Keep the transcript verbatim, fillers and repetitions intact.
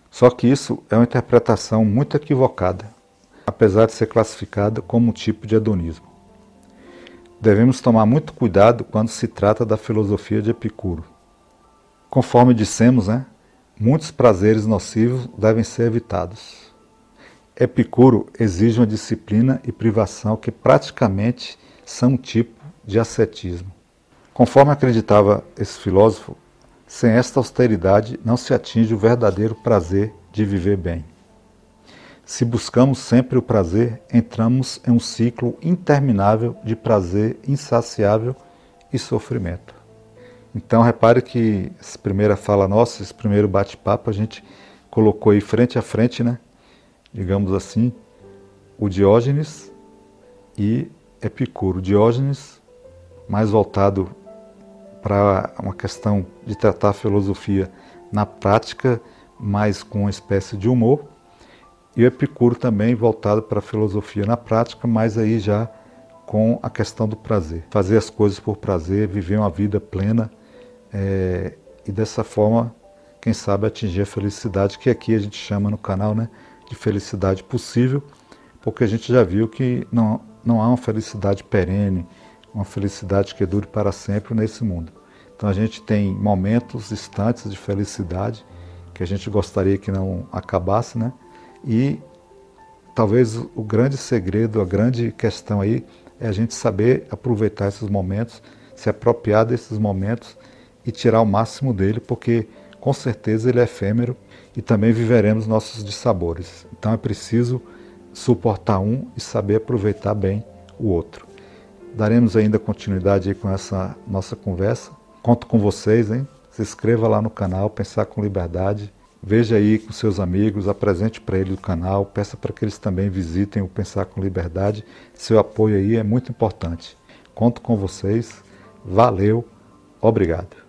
Só que isso é uma interpretação muito equivocada, apesar de ser classificada como um tipo de hedonismo. Devemos tomar muito cuidado quando se trata da filosofia de Epicuro. Conforme dissemos, né, muitos prazeres nocivos devem ser evitados. Epicuro exige uma disciplina e privação que praticamente são um tipo de ascetismo. Conforme acreditava esse filósofo, sem esta austeridade não se atinge o verdadeiro prazer de viver bem. Se buscamos sempre o prazer, entramos em um ciclo interminável de prazer insaciável e sofrimento. Então repare que essa primeira fala nossa, esse primeiro bate-papo, a gente colocou aí frente a frente, né? Digamos assim, o Diógenes e Epicuro. Diógenes mais voltado para uma questão de tratar a filosofia na prática, mas com uma espécie de humor, e o Epicuro também voltado para a filosofia na prática, mas aí já com a questão do prazer. Fazer as coisas por prazer, viver uma vida plena é, e dessa forma, quem sabe, atingir a felicidade, que aqui a gente chama no canal, né, de felicidade possível, porque a gente já viu que não, não há uma felicidade perene, uma felicidade que dure para sempre nesse mundo. Então a gente tem momentos, instantes de felicidade que a gente gostaria que não acabasse, né? E talvez o grande segredo, a grande questão aí é a gente saber aproveitar esses momentos, se apropriar desses momentos e tirar o máximo dele, porque com certeza ele é efêmero e também viveremos nossos dissabores. Então é preciso suportar um e saber aproveitar bem o outro. Daremos ainda continuidade aí com essa nossa conversa. Conto com vocês, hein? Se inscreva lá no canal Pensar com Liberdade. Veja aí com seus amigos, apresente para eles o canal, peça para que eles também visitem o Pensar com Liberdade. Seu apoio aí é muito importante. Conto com vocês. Valeu, obrigado.